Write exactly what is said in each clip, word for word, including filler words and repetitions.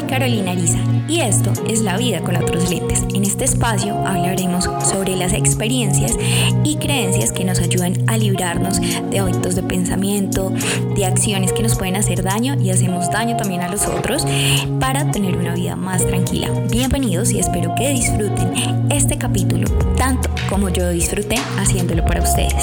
Carolina Ariza y esto es La Vida con Otros Lentes. En este espacio hablaremos sobre las experiencias y creencias que nos ayudan a librarnos de hábitos de pensamiento, de acciones que nos pueden hacer daño y hacemos daño también a los otros para tener una vida más tranquila. Bienvenidos y espero que disfruten este capítulo tanto como yo disfruté haciéndolo para ustedes.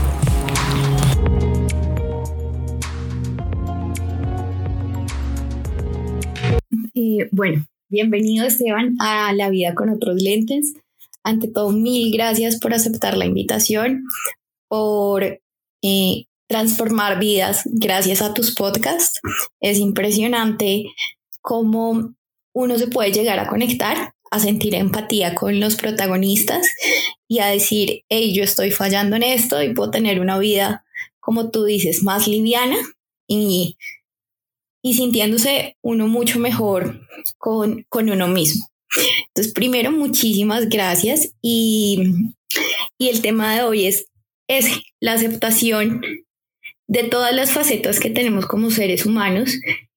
Eh, bueno, bienvenido Esteban a La Vida con Otros Lentes. Ante todo, mil gracias por aceptar la invitación, por eh, transformar vidas gracias a tus podcasts. Es impresionante cómo uno se puede llegar a conectar, a sentir empatía con los protagonistas y a decir, hey, yo estoy fallando en esto y puedo tener una vida, como tú dices, más liviana y y sintiéndose uno mucho mejor con, con uno mismo. Entonces, primero, muchísimas gracias. Y, y el tema de hoy es, es la aceptación de todas las facetas que tenemos como seres humanos.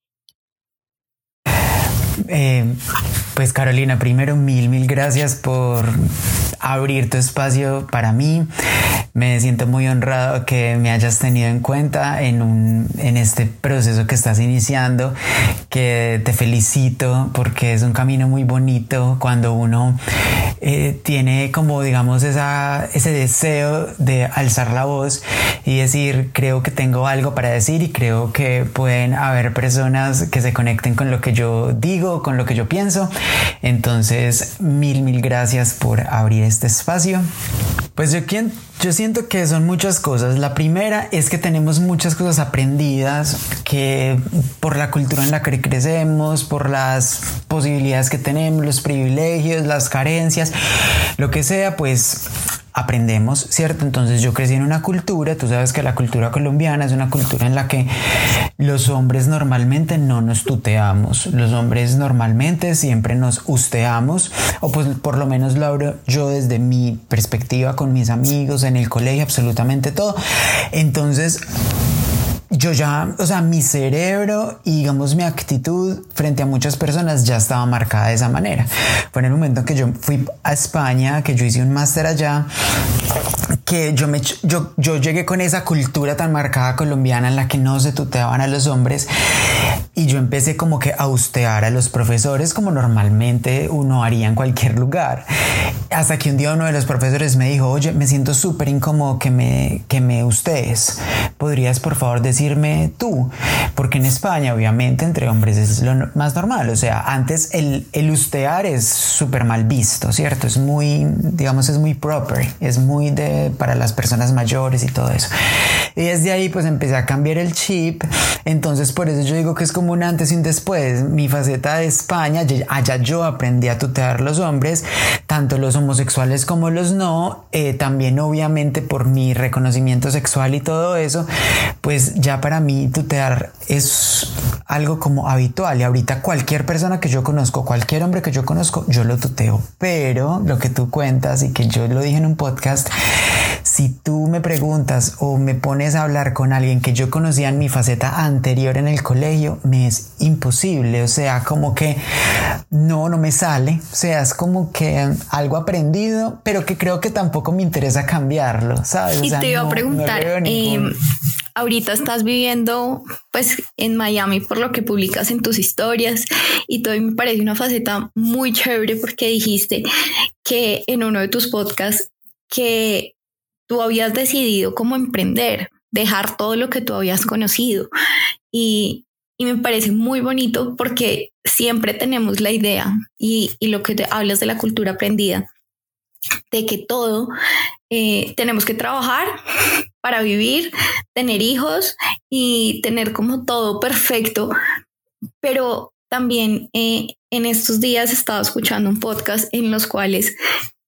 Eh, pues Carolina, primero mil, mil gracias por abrir tu espacio para mí. Me siento muy honrado que me hayas tenido en cuenta en, un, en este proceso que estás iniciando, que te felicito porque es un camino muy bonito cuando uno eh, tiene como digamos esa, ese deseo de alzar la voz y decir creo que tengo algo para decir y creo que pueden haber personas que se conecten con lo que yo digo, con lo que yo pienso. Entonces mil, mil gracias por abrir este espacio. Pues yo, quien, yo siento que son muchas cosas. La primera es que tenemos muchas cosas aprendidas que por la cultura en la que crecemos, por las posibilidades que tenemos, los privilegios, las carencias, lo que sea, pues aprendemos, ¿cierto? Entonces yo crecí en una cultura, tú sabes que la cultura colombiana es una cultura en la que los hombres normalmente no nos tuteamos, los hombres normalmente siempre nos usteamos, o pues por lo menos lo hablo yo desde mi perspectiva con mis amigos, en el colegio, absolutamente todo. Entonces yo ya, o sea, mi cerebro y digamos mi actitud frente a muchas personas ya estaba marcada de esa manera. Fue en el momento en que yo fui a España, que yo hice un máster allá, que yo, me, yo, yo llegué con esa cultura tan marcada colombiana en la que no se tuteaban a los hombres y yo empecé como que a ustear a los profesores como normalmente uno haría en cualquier lugar. Hasta que un día uno de los profesores me dijo, oye, me siento súper incómodo que me, que me ustees. ¿Podrías por favor decirme tú? Porque en España obviamente entre hombres es lo más normal. O sea, antes el, el ustear es súper mal visto, ¿cierto? Es muy, digamos, es muy proper, es muy de para las personas mayores y todo eso. Y desde ahí pues empecé a cambiar el chip. Entonces por eso yo digo que es como un antes y un después. Mi faceta de España, allá yo aprendí a tutear los hombres, tanto los homosexuales como los no. Eh, también obviamente por mi reconocimiento sexual y todo eso, pues ya para mí tutear es algo como habitual. Y ahorita cualquier persona que yo conozco, cualquier hombre que yo conozco, yo lo tuteo. Pero lo que tú cuentas y que yo lo dije en un podcast, si tú me preguntas o me pones a hablar con alguien que yo conocía en mi faceta anterior en el colegio, me es imposible. O sea, como que no, no me sale. O sea, es como que algo aprendido, pero que creo que tampoco me interesa cambiarlo, ¿sabes? Y o sea, te iba no, a preguntar, no ningún... eh, ahorita estás viviendo pues en Miami por lo que publicas en tus historias y todo, y me parece una faceta muy chévere porque dijiste que en uno de tus podcasts que tú habías decidido cómo emprender, dejar todo lo que tú habías conocido y, y me parece muy bonito porque siempre tenemos la idea y, y lo que te hablas de la cultura aprendida, de que todo eh, tenemos que trabajar para vivir, tener hijos y tener como todo perfecto, pero también eh, en estos días he estado escuchando un podcast en los cuales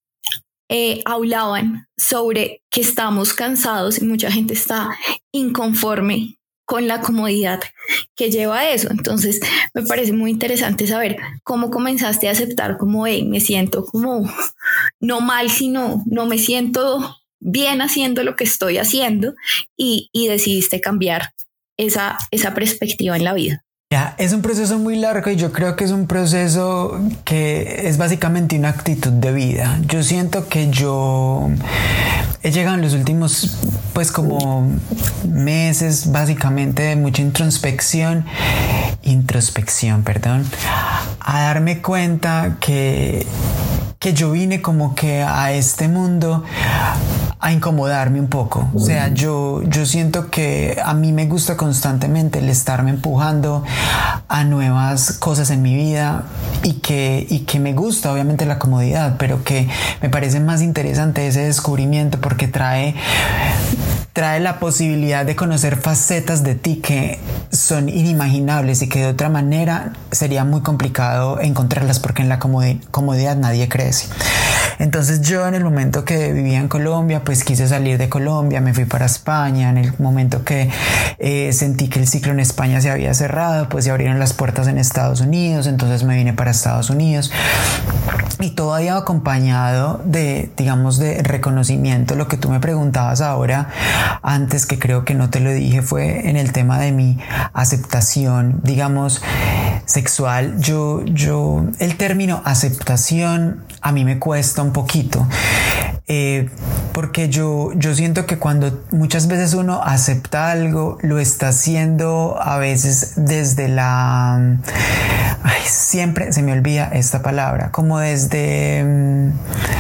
Eh, hablaban sobre que estamos cansados y mucha gente está inconforme con la comodidad que lleva eso. Entonces me parece muy interesante saber cómo comenzaste a aceptar como, hey, me siento como no mal, sino no me siento bien haciendo lo que estoy haciendo y, y decidiste cambiar esa, esa perspectiva en la vida. Ya, es un proceso muy largo y yo creo que es un proceso que es básicamente una actitud de vida. Yo siento que yo he llegado en los últimos, pues como meses, básicamente de mucha introspección, introspección, perdón, a darme cuenta que, que yo vine como que a este mundo a incomodarme un poco. O sea, yo, yo siento que a mí me gusta constantemente el estarme empujando a nuevas cosas en mi vida y que, y que me gusta obviamente la comodidad, pero que me parece más interesante ese descubrimiento porque trae trae la posibilidad de conocer facetas de ti que son inimaginables y que de otra manera sería muy complicado encontrarlas porque en la comodidad nadie crece. Entonces yo en el momento que vivía en Colombia, pues quise salir de Colombia, me fui para España. En el momento que eh, sentí que el ciclo en España se había cerrado, pues se abrieron las puertas en Estados Unidos, entonces me vine para Estados Unidos. Y todo había acompañado de, digamos, de reconocimiento. Lo que tú me preguntabas ahora, antes, que creo que no te lo dije, fue en el tema de mi aceptación, digamos, sexual. Yo, yo, el término aceptación a mí me cuesta un poquito. Eh, porque yo, yo siento que cuando muchas veces uno acepta algo, lo está haciendo a veces desde la... Ay, siempre se me olvida esta palabra, como desde... Um,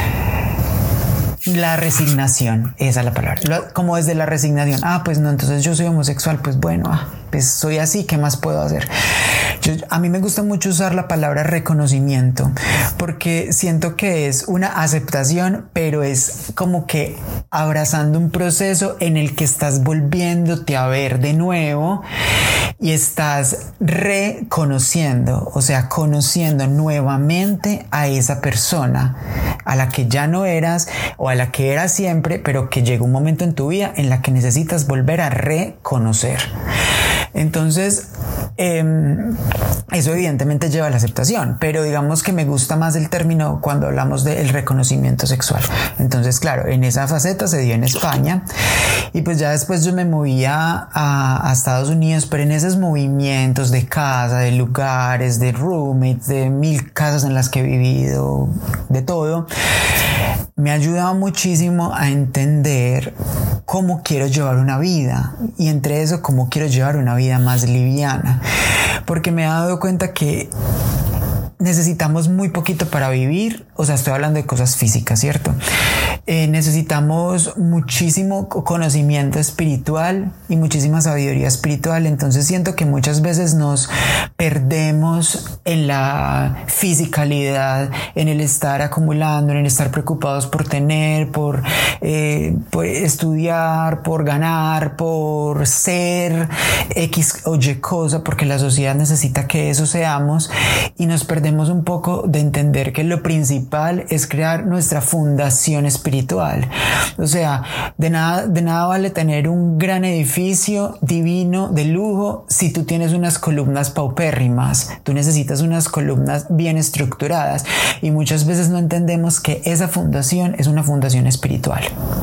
la resignación, esa es la palabra, como desde la resignación. Ah, pues no, entonces yo soy homosexual, pues bueno, ah, pues soy así, ¿qué más puedo hacer? Yo, a mí me gusta mucho usar la palabra reconocimiento porque siento que es una aceptación, pero es como que abrazando un proceso en el que estás volviéndote a ver de nuevo y estás reconociendo, o sea, conociendo nuevamente a esa persona a la que ya no eras o a la que eras siempre, pero que llega un momento en tu vida en la que necesitas volver a reconocer. Entonces, eh, eso evidentemente lleva a la aceptación, pero digamos que me gusta más el término cuando hablamos del reconocimiento sexual. Entonces, claro, en esa faceta se dio en España y pues ya después yo me movía a, a Estados Unidos, pero en esos movimientos de casa, de lugares, de roommates, de mil casas en las que he vivido, de todo, me ha ayudado muchísimo a entender cómo quiero llevar una vida y entre eso cómo quiero llevar una vida más liviana, porque me he dado cuenta que necesitamos muy poquito para vivir. O sea, estoy hablando de cosas físicas, ¿cierto? Eh, necesitamos muchísimo conocimiento espiritual y muchísima sabiduría espiritual. Entonces siento que muchas veces nos perdemos en la fisicalidad, en el estar acumulando, en el estar preocupados por tener, por, eh, por estudiar, por ganar, por ser X o Y cosa, porque la sociedad necesita que eso seamos, y nos perdemos un poco de entender que lo principal es crear nuestra fundación espiritual. O sea, de nada, de nada vale tener un gran edificio divino de lujo si tú tienes unas columnas paupérrimas. Tú necesitas unas columnas bien estructuradas y muchas veces no entendemos que esa fundación es una fundación espiritual.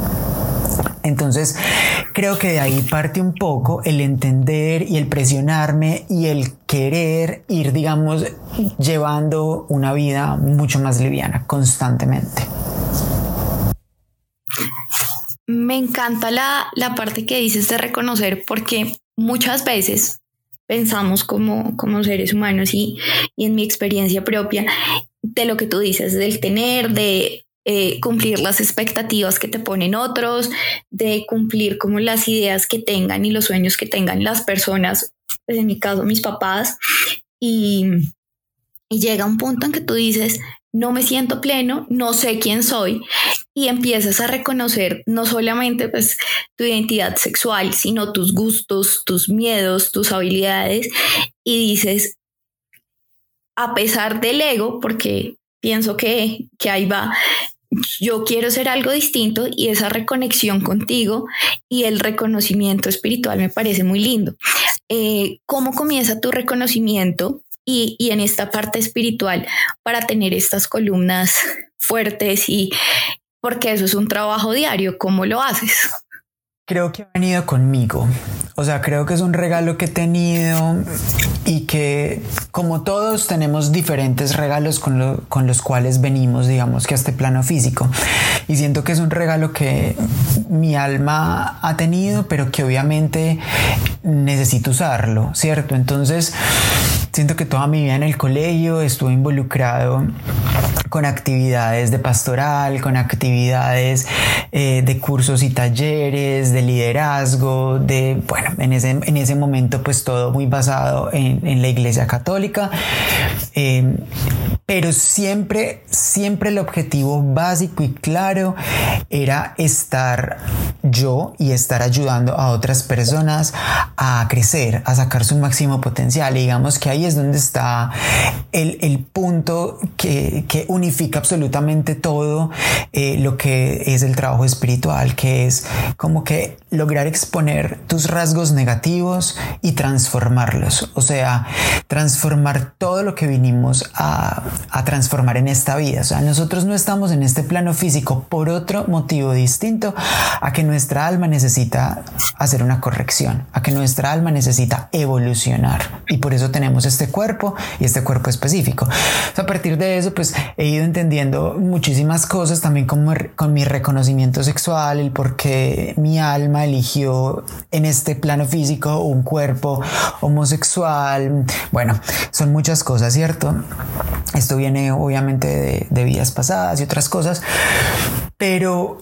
Entonces creo que de ahí parte un poco el entender y el presionarme y el querer ir, digamos, llevando una vida mucho más liviana constantemente. Me encanta la, la parte que dices de reconocer, porque muchas veces pensamos como, como seres humanos y, y en mi experiencia propia de lo que tú dices, del tener, de Eh, cumplir las expectativas que te ponen otros, de cumplir como las ideas que tengan y los sueños que tengan las personas, pues en mi caso mis papás, y, y llega un punto en que tú dices, no me siento pleno, no sé quién soy, y empiezas a reconocer no solamente pues tu identidad sexual, sino tus gustos, tus miedos, tus habilidades, y dices, a pesar del ego, porque pienso que, que ahí va, yo quiero ser algo distinto, y esa reconexión contigo y el reconocimiento espiritual me parece muy lindo. Eh, ¿Cómo comienza tu reconocimiento y, y en esta parte espiritual para tener estas columnas fuertes? Y porque eso es un trabajo diario, ¿cómo lo haces? Creo que ha venido conmigo, o sea, creo que es un regalo que he tenido y que, como todos, tenemos diferentes regalos con, lo, con los cuales venimos, digamos, que a este plano físico, y siento que es un regalo que mi alma ha tenido, pero que obviamente necesito usarlo, ¿cierto? Entonces siento que toda mi vida en el colegio estuve involucrado con actividades de pastoral, con actividades eh, de cursos y talleres, de liderazgo, de, bueno, en ese, en ese momento pues todo muy basado en, en la Iglesia Católica, eh, pero siempre, siempre el objetivo básico y claro era estar yo y estar ayudando a otras personas a crecer, a sacar su máximo potencial. Y digamos que ahí es donde está el, el punto que, que unifica absolutamente todo eh, lo que es el trabajo espiritual, que es como que lograr exponer tus rasgos negativos y transformarlos, o sea, transformar todo lo que vinimos a, a transformar en esta vida. O sea, nosotros no estamos en este plano físico por otro motivo distinto a que nuestra alma necesita hacer una corrección, a que nuestra alma necesita evolucionar, y por eso tenemos este cuerpo y este cuerpo específico. O sea, a partir de eso pues he ido entendiendo muchísimas cosas también, como con mi reconocimiento sexual, el por qué mi alma eligió en este plano físico un cuerpo homosexual. Bueno, son muchas cosas, ¿cierto? Esto viene obviamente de, de vidas pasadas y otras cosas, pero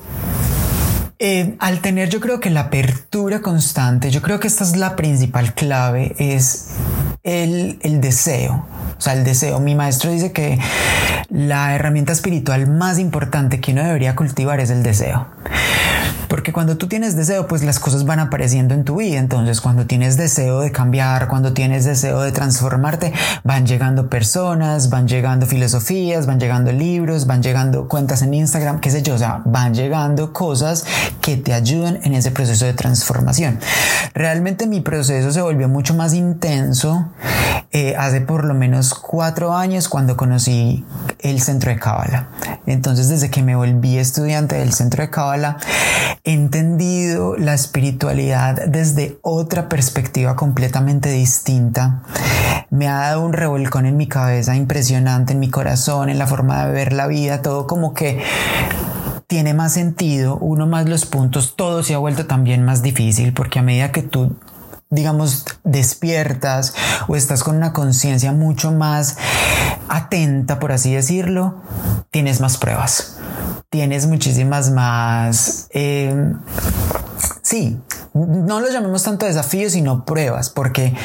Eh, al tener, yo creo que la apertura constante, yo creo que esta es la principal clave, es el, el deseo. O sea, el deseo. Mi maestro dice que la herramienta espiritual más importante que uno debería cultivar es el deseo. Porque cuando tú tienes deseo, pues las cosas van apareciendo en tu vida. Entonces, cuando tienes deseo de cambiar, cuando tienes deseo de transformarte, van llegando personas, van llegando filosofías, van llegando libros, van llegando cuentas en Instagram, qué sé yo. O sea, van llegando cosas que te ayudan en ese proceso de transformación. Realmente mi proceso se volvió mucho más intenso eh, hace por lo menos cuatro años, cuando conocí el centro de Cábala. Entonces, desde que me volví estudiante del centro de Cábala, he entendido la espiritualidad desde otra perspectiva completamente distinta. Me ha dado un revolcón en mi cabeza impresionante, en mi corazón, en la forma de ver la vida, todo como que tiene más sentido, uno más los puntos, todo se ha vuelto también más difícil, porque a medida que tú, digamos, despiertas o estás con una conciencia mucho más atenta, por así decirlo, tienes más pruebas, tienes muchísimas más, eh, sí, no lo llamemos tanto desafíos, sino pruebas, porque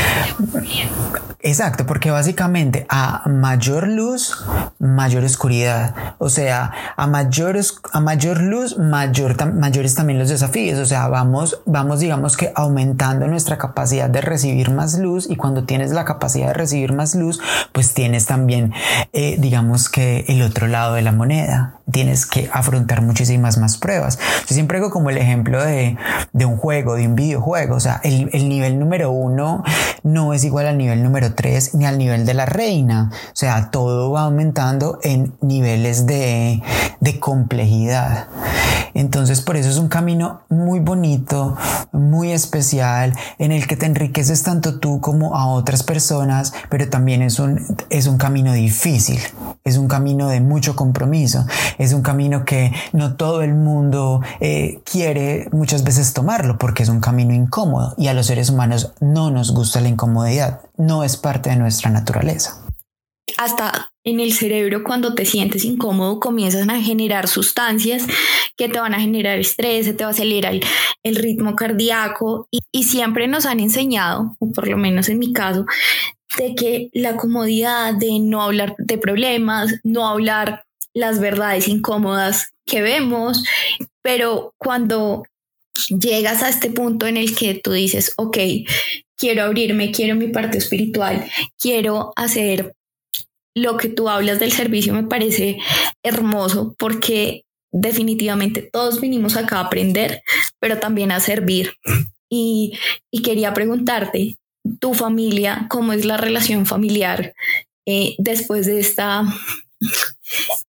exacto, porque básicamente a mayor luz, mayor oscuridad. O sea, a mayor, a mayor luz, mayor, mayores también los desafíos. O sea, vamos, vamos, digamos que aumentando nuestra capacidad de recibir más luz, y cuando tienes la capacidad de recibir más luz, pues tienes también, eh, digamos que el otro lado de la moneda. Tienes que afrontar muchísimas más pruebas. Yo siempre hago como el ejemplo de, de un juego, de un videojuego. O sea, el, el nivel número uno no es igual al nivel número tres ni al nivel de la reina. O sea, todo va aumentando en niveles de, de complejidad. Entonces, por eso es un camino muy bonito, muy especial, en el que te enriqueces tanto tú como a otras personas, pero también es un, es un camino difícil, es un camino de mucho compromiso, es un camino que no todo el mundo eh, quiere muchas veces tomarlo, porque es un camino incómodo, y a los seres humanos no nos gusta la incomodidad, no es parte de nuestra naturaleza. Hasta en el cerebro, cuando te sientes incómodo, comienzan a generar sustancias que te van a generar estrés, se te va a acelerar el, el ritmo cardíaco, y, y siempre nos han enseñado, o por lo menos en mi caso, de que la comodidad de no hablar de problemas, no hablar las verdades incómodas que vemos, pero cuando llegas a este punto en el que tú dices, ok, quiero abrirme, quiero mi parte espiritual, quiero hacer lo que tú hablas del servicio, me parece hermoso, porque definitivamente todos vinimos acá a aprender, pero también a servir. Y, y quería preguntarte, tu familia, ¿cómo es la relación familiar eh, después de esta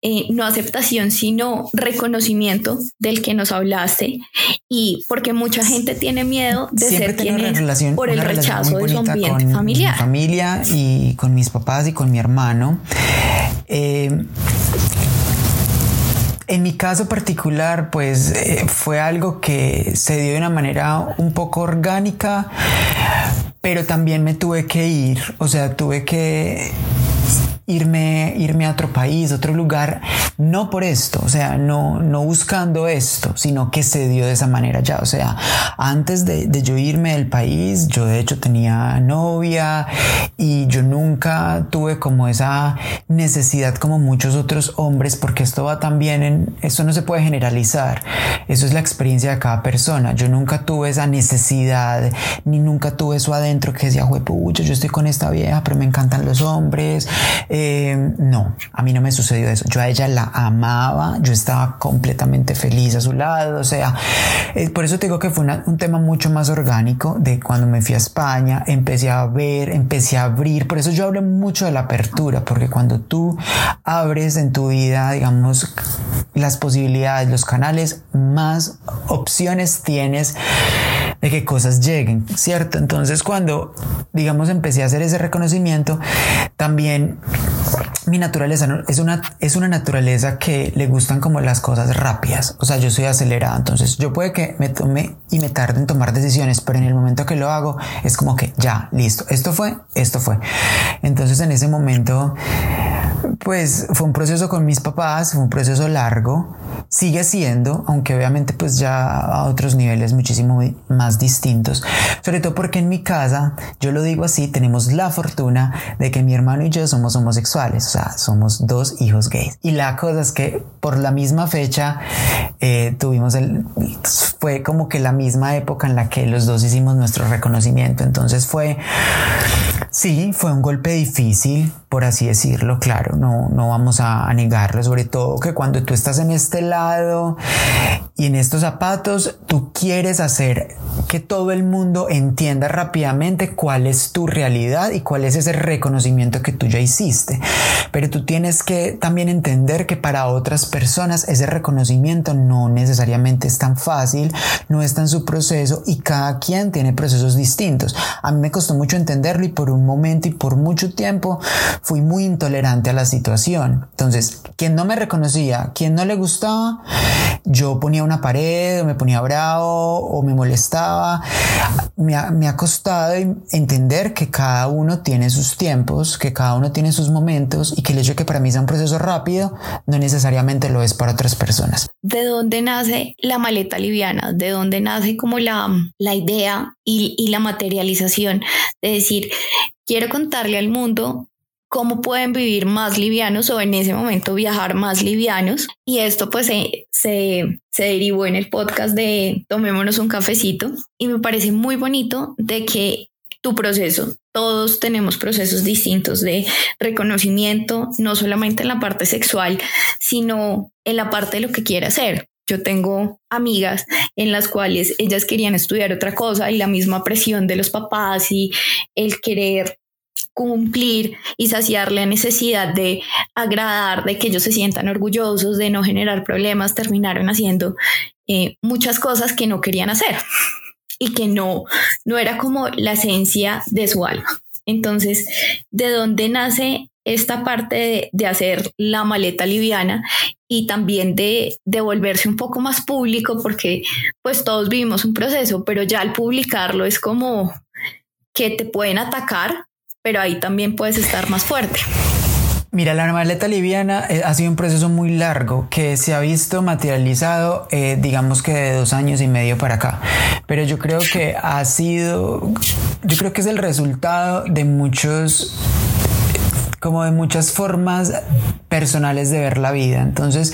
eh, no aceptación, sino reconocimiento del que nos hablaste, y porque mucha gente tiene miedo de Siempre ser quien es relación, por el rechazo de su ambiente con familiar. Mi familia y con mis papás y con mi hermano. Eh, En mi caso particular, pues eh, fue algo que se dio de una manera un poco orgánica, pero también me tuve que ir, o sea, tuve que irme, irme a otro país, otro lugar, no por esto, o sea, no, no buscando esto, sino que se dio de esa manera ya. O sea, antes de, de yo irme del país, yo de hecho tenía novia y yo nunca tuve como esa necesidad como muchos otros hombres, porque esto va también en, esto no se puede generalizar, eso es la experiencia de cada persona. Yo nunca tuve esa necesidad, ni nunca tuve eso adentro que decía, juepucha, yo estoy con esta vieja, pero me encantan los hombres. Eh, no, a mí no me sucedió eso. Yo a ella la amaba, yo estaba completamente feliz a su lado. O sea, eh, por eso te digo que fue una, un tema mucho más orgánico. De cuando me fui a España, empecé a ver, empecé a abrir. Por eso yo hablo mucho de la apertura, porque cuando tú abres en tu vida, digamos, las posibilidades, los canales, más opciones tienes de que cosas lleguen, ¿cierto? Entonces, cuando, digamos, empecé a hacer ese reconocimiento, también mi naturaleza es una, es una naturaleza que le gustan como las cosas rápidas. O sea, yo soy acelerada, entonces yo puede que me tome y me tarde en tomar decisiones, pero en el momento que lo hago es como que ya, listo, esto fue, esto fue. Entonces, en ese momento, pues fue un proceso con mis papás, fue un proceso largo, sigue siendo, aunque obviamente pues ya a otros niveles muchísimo más distintos, sobre todo porque en mi casa, yo lo digo así, tenemos la fortuna de que mi hermano y yo somos homosexuales, o sea, somos dos hijos gays, y la cosa es que por la misma fecha eh, tuvimos el, fue como que la misma época en la que los dos hicimos nuestro reconocimiento. Entonces fue, sí, fue un golpe difícil, por así decirlo, claro, no, no vamos a, a negarlo, sobre todo que cuando tú estás en este lado y en estos zapatos, tú quieres hacer que todo el mundo entienda rápidamente cuál es tu realidad y cuál es ese reconocimiento que tú ya hiciste, pero tú tienes que también entender que para otras personas ese reconocimiento no necesariamente es tan fácil, no está en su proceso, y cada quien tiene procesos distintos. A mí me costó mucho entenderlo, y por un momento y por mucho tiempo fui muy intolerante a la situación. Entonces, quien no me reconocía, quien no le gustaba, yo ponía una pared, o me ponía bravo, o me molestaba. Me ha, me ha costado entender que cada uno tiene sus tiempos, que cada uno tiene sus momentos, y que el hecho de que para mí sea un proceso rápido no necesariamente lo es para otras personas. ¿De dónde nace la maleta liviana? ¿De dónde nace como la, la idea y, y la materialización de decir, quiero contarle al mundo cómo pueden vivir más livianos, o en ese momento viajar más livianos? Y esto pues se, se, se derivó en el podcast de Tomémonos un cafecito, y me parece muy bonito de que tu proceso, todos tenemos procesos distintos de reconocimiento, no solamente en la parte sexual, sino en la parte de lo que quiere hacer. Yo tengo amigas en las cuales ellas querían estudiar otra cosa, y la misma presión de los papás y el querer cumplir y saciar la necesidad de agradar, de que ellos se sientan orgullosos, de no generar problemas, terminaron haciendo eh, muchas cosas que no querían hacer y que no, no era como la esencia de su alma. Entonces, ¿de dónde nace esta parte de, de hacer la maleta liviana y también de, de volverse un poco más público? Porque pues todos vivimos un proceso, pero ya al publicarlo es como que te pueden atacar, pero ahí también puedes estar más fuerte. Mira, la maleta liviana eh, ha sido un proceso muy largo que se ha visto materializado, eh, digamos que de dos años y medio para acá. Pero yo creo que ha sido, yo creo que es el resultado de muchos, como de muchas formas personales de ver la vida. Entonces,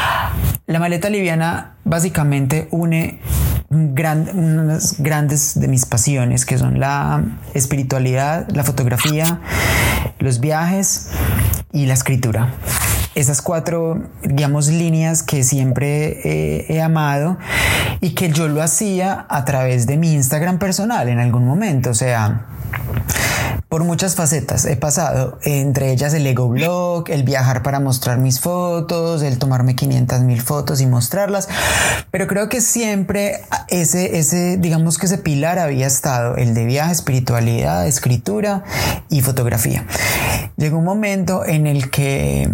la maleta liviana básicamente une Gran, unas grandes de mis pasiones, que son la espiritualidad, la fotografía, los viajes y la escritura. Esas cuatro, digamos, líneas que siempre eh, he amado, y que yo lo hacía a través de mi Instagram personal en algún momento. O sea, por muchas facetas he pasado, entre ellas el ego blog, el viajar para mostrar mis fotos, el tomarme quinientas mil fotos y mostrarlas, pero creo que siempre ese, ese, digamos que ese pilar había estado, el de viaje, espiritualidad, escritura y fotografía. Llegó un momento en el que,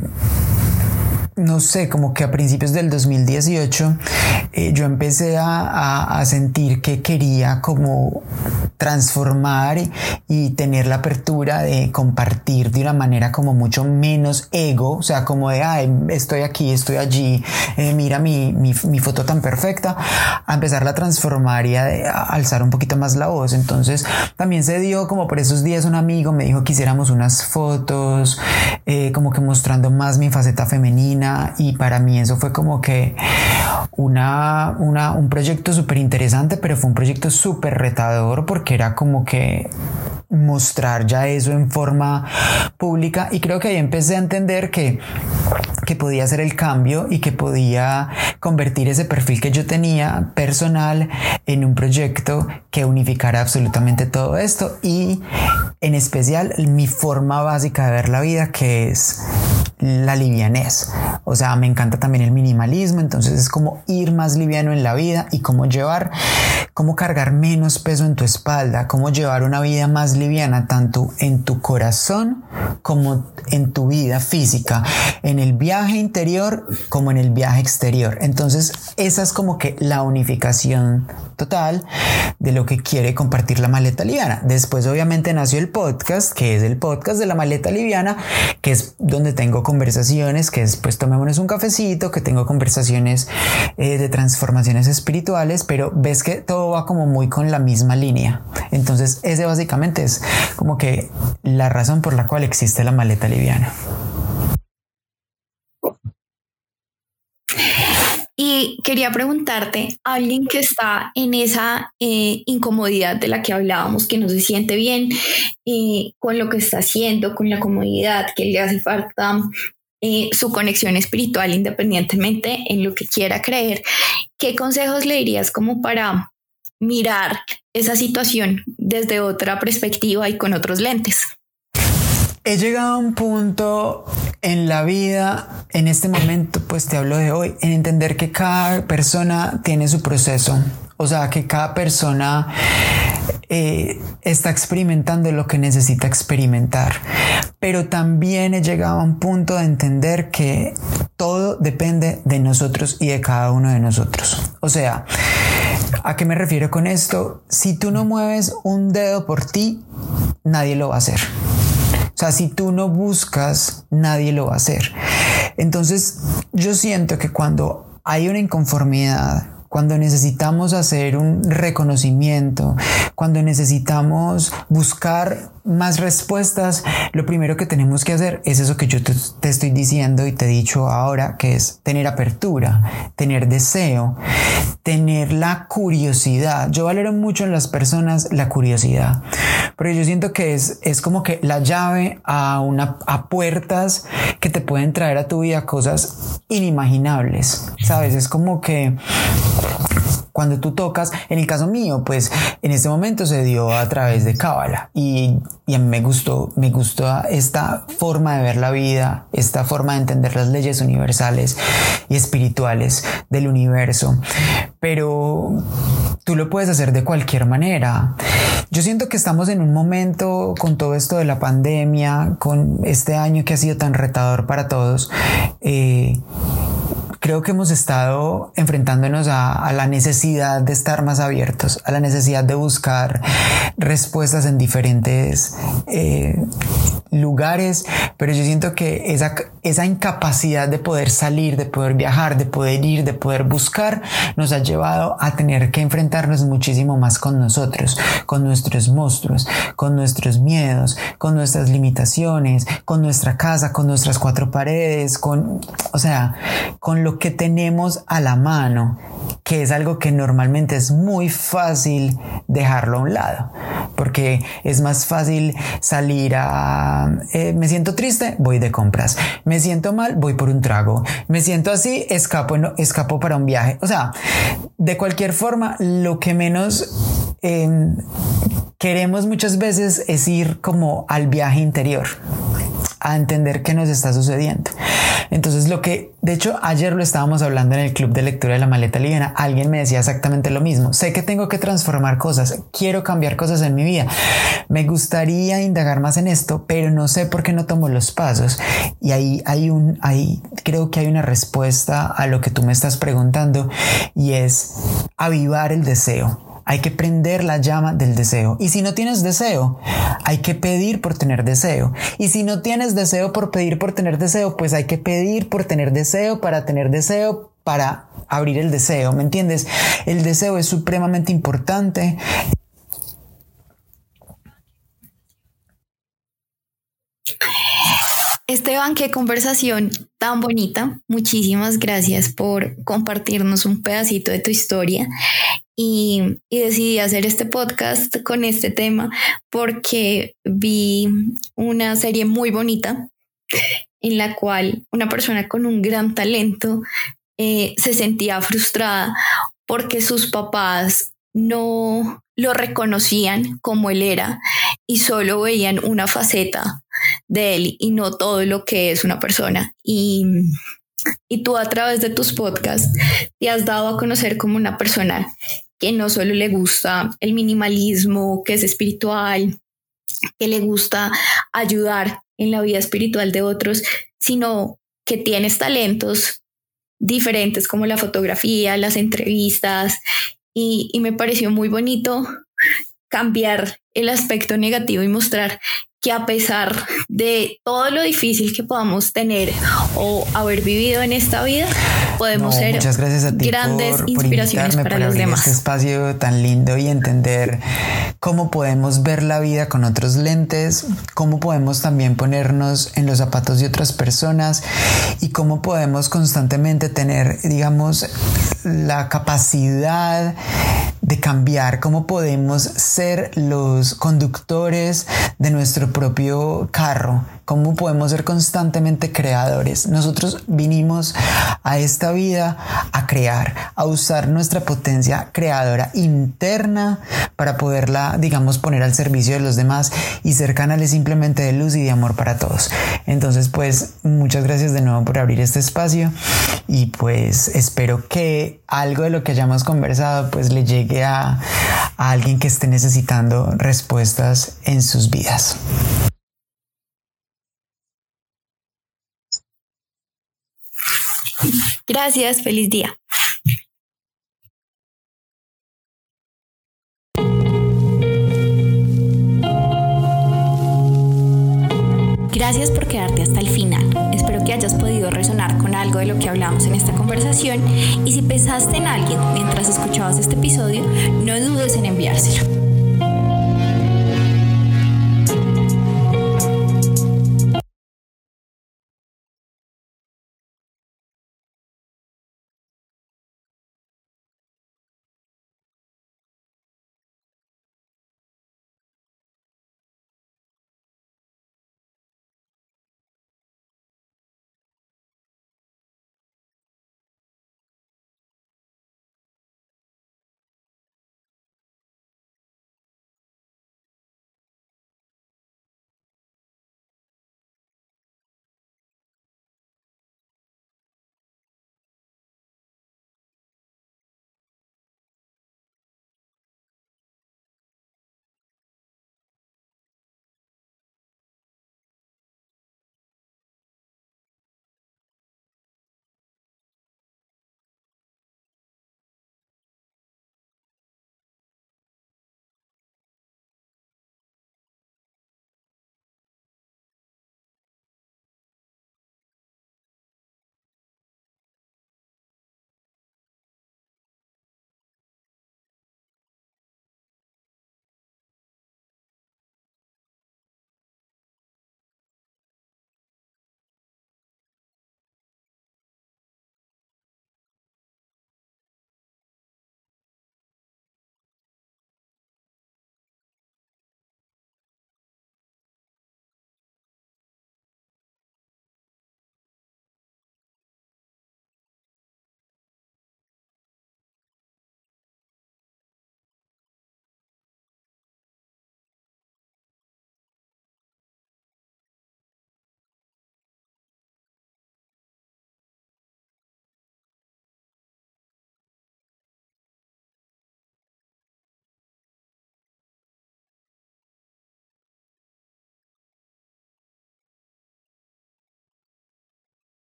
no sé, como que a principios del dos mil dieciocho eh, yo empecé a, a, a sentir que quería como transformar y, y tener la apertura de compartir de una manera como mucho menos ego, o sea, como de, ay, estoy aquí, estoy allí, eh, mira mi, mi, mi foto tan perfecta, a empezarla a transformar y a, a alzar un poquito más la voz. Entonces también se dio como por esos días un amigo me dijo que hiciéramos unas fotos eh, como que mostrando más mi faceta femenina, y para mí eso fue como que una, una, un proyecto súper interesante, pero fue un proyecto súper retador porque era como que mostrar ya eso en forma pública, y creo que ahí empecé a entender que, que podía hacer el cambio y que podía convertir ese perfil que yo tenía personal en un proyecto que unificara absolutamente todo esto, y en especial mi forma básica de ver la vida, que es la livianez. O sea, me encanta también el minimalismo, entonces es como ir más liviano en la vida y cómo llevar, cómo cargar menos peso en tu espalda, cómo llevar una vida más liviana tanto en tu corazón como en tu vida física, en el viaje interior como en el viaje exterior. Entonces esa es como que la unificación total de lo que quiere compartir la maleta liviana. Después obviamente nació el podcast, que es el podcast de la maleta liviana, que es donde tengo conversaciones, que después tomémonos un cafecito, que tengo conversaciones eh, de transformaciones espirituales, pero ves que todo va como muy con la misma línea. Entonces ese básicamente es como que la razón por la cual existe la maleta liviana. Y quería preguntarte, alguien que está en esa eh, incomodidad de la que hablábamos, que no se siente bien eh, con lo que está haciendo, con la comodidad, que le hace falta eh, su conexión espiritual independientemente en lo que quiera creer, ¿qué consejos le dirías como para mirar esa situación desde otra perspectiva y con otros lentes? He llegado a un punto en la vida, en este momento, pues te hablo de hoy, en entender que cada persona tiene su proceso. O sea, que cada persona eh, está experimentando lo que necesita experimentar. Pero también he llegado a un punto de entender que todo depende de nosotros y de cada uno de nosotros. O sea, ¿a qué me refiero con esto? Si tú no mueves un dedo por ti, nadie lo va a hacer. O sea, si tú no buscas, nadie lo va a hacer. Entonces, yo siento que cuando hay una inconformidad, cuando necesitamos hacer un reconocimiento, cuando necesitamos buscar más respuestas, lo primero que tenemos que hacer es eso que yo te, te estoy diciendo y te he dicho ahora, que es tener apertura, tener deseo, tener la curiosidad. Yo valoro mucho en las personas la curiosidad, porque yo siento que es, es como que la llave a, una, a puertas que te pueden traer a tu vida cosas inimaginables, ¿sabes? Es como que cuando tú tocas, en el caso mío, pues en este momento se dio a través de Cábala, y, y a mí me gustó, me gustó esta forma de ver la vida, esta forma de entender las leyes universales y espirituales del universo, pero tú lo puedes hacer de cualquier manera. Yo siento que estamos en un momento con todo esto de la pandemia, con este año que ha sido tan retador para todos, eh, creo que hemos estado enfrentándonos a, a la necesidad de estar más abiertos, a la necesidad de buscar respuestas en diferentes eh, lugares, pero yo siento que esa, esa incapacidad de poder salir, de poder viajar, de poder ir, de poder buscar, nos ha llevado a tener que enfrentarnos muchísimo más con nosotros, con nuestros monstruos, con nuestros miedos, con nuestras limitaciones, con nuestra casa, con nuestras cuatro paredes, con, o sea, con lo que tenemos a la mano, que es algo que normalmente es muy fácil dejarlo a un lado, porque es más fácil salir a eh, me siento triste, voy de compras, me siento mal, voy por un trago, me siento así, escapo, no, escapo para un viaje. O sea, de cualquier forma, lo que menos eh, queremos muchas veces es ir como al viaje interior, a entender qué nos está sucediendo. Entonces lo que, de hecho, ayer lo estábamos hablando en el club de lectura de la maleta liviana, alguien me decía exactamente lo mismo. Sé que tengo que transformar cosas, quiero cambiar cosas en mi vida, me gustaría indagar más en esto, pero no sé por qué no tomo los pasos. Y ahí hay un, ahí creo que hay una respuesta a lo que tú me estás preguntando, y es avivar el deseo. Hay que prender la llama del deseo. Y si no tienes deseo, hay que pedir por tener deseo. Y si no tienes deseo por pedir por tener deseo, pues hay que pedir por tener deseo para tener deseo, para abrir el deseo. ¿Me entiendes? El deseo es supremamente importante. Esteban, qué conversación tan bonita. Muchísimas gracias por compartirnos un pedacito de tu historia. Y, y decidí hacer este podcast con este tema porque vi una serie muy bonita en la cual una persona con un gran talento eh, se sentía frustrada porque sus papás no lo reconocían como él era y solo veían una faceta de él y no todo lo que es una persona. Y, y tú, a través de tus podcasts, te has dado a conocer como una persona que no solo le gusta el minimalismo, que es espiritual, que le gusta ayudar en la vida espiritual de otros, sino que tienes talentos diferentes como la fotografía, las entrevistas, y, y me pareció muy bonito cambiar el aspecto negativo y mostrar que a pesar de todo lo difícil que podamos tener o haber vivido en esta vida, podemos no, ser muchas gracias a ti grandes por, inspiraciones por para por los demás. Este espacio tan lindo y entender cómo podemos ver la vida con otros lentes, cómo podemos también ponernos en los zapatos de otras personas y cómo podemos constantemente tener, digamos, la capacidad de cambiar, cómo podemos ser los conductores de nuestro propio carro, cómo podemos ser constantemente creadores. Nosotros vinimos a esta vida a crear, a usar nuestra potencia creadora interna para poderla, digamos, poner al servicio de los demás y ser canales simplemente de luz y de amor para todos. Entonces, pues, muchas gracias de nuevo por abrir este espacio y pues espero que algo de lo que hayamos conversado pues le llegue a, a alguien que esté necesitando respuestas en sus vidas. Gracias, feliz día. Gracias por quedarte hasta el final. Espero que hayas podido resonar con algo de lo que hablamos en esta conversación y si pensaste en alguien mientras escuchabas este episodio, no dudes en enviárselo.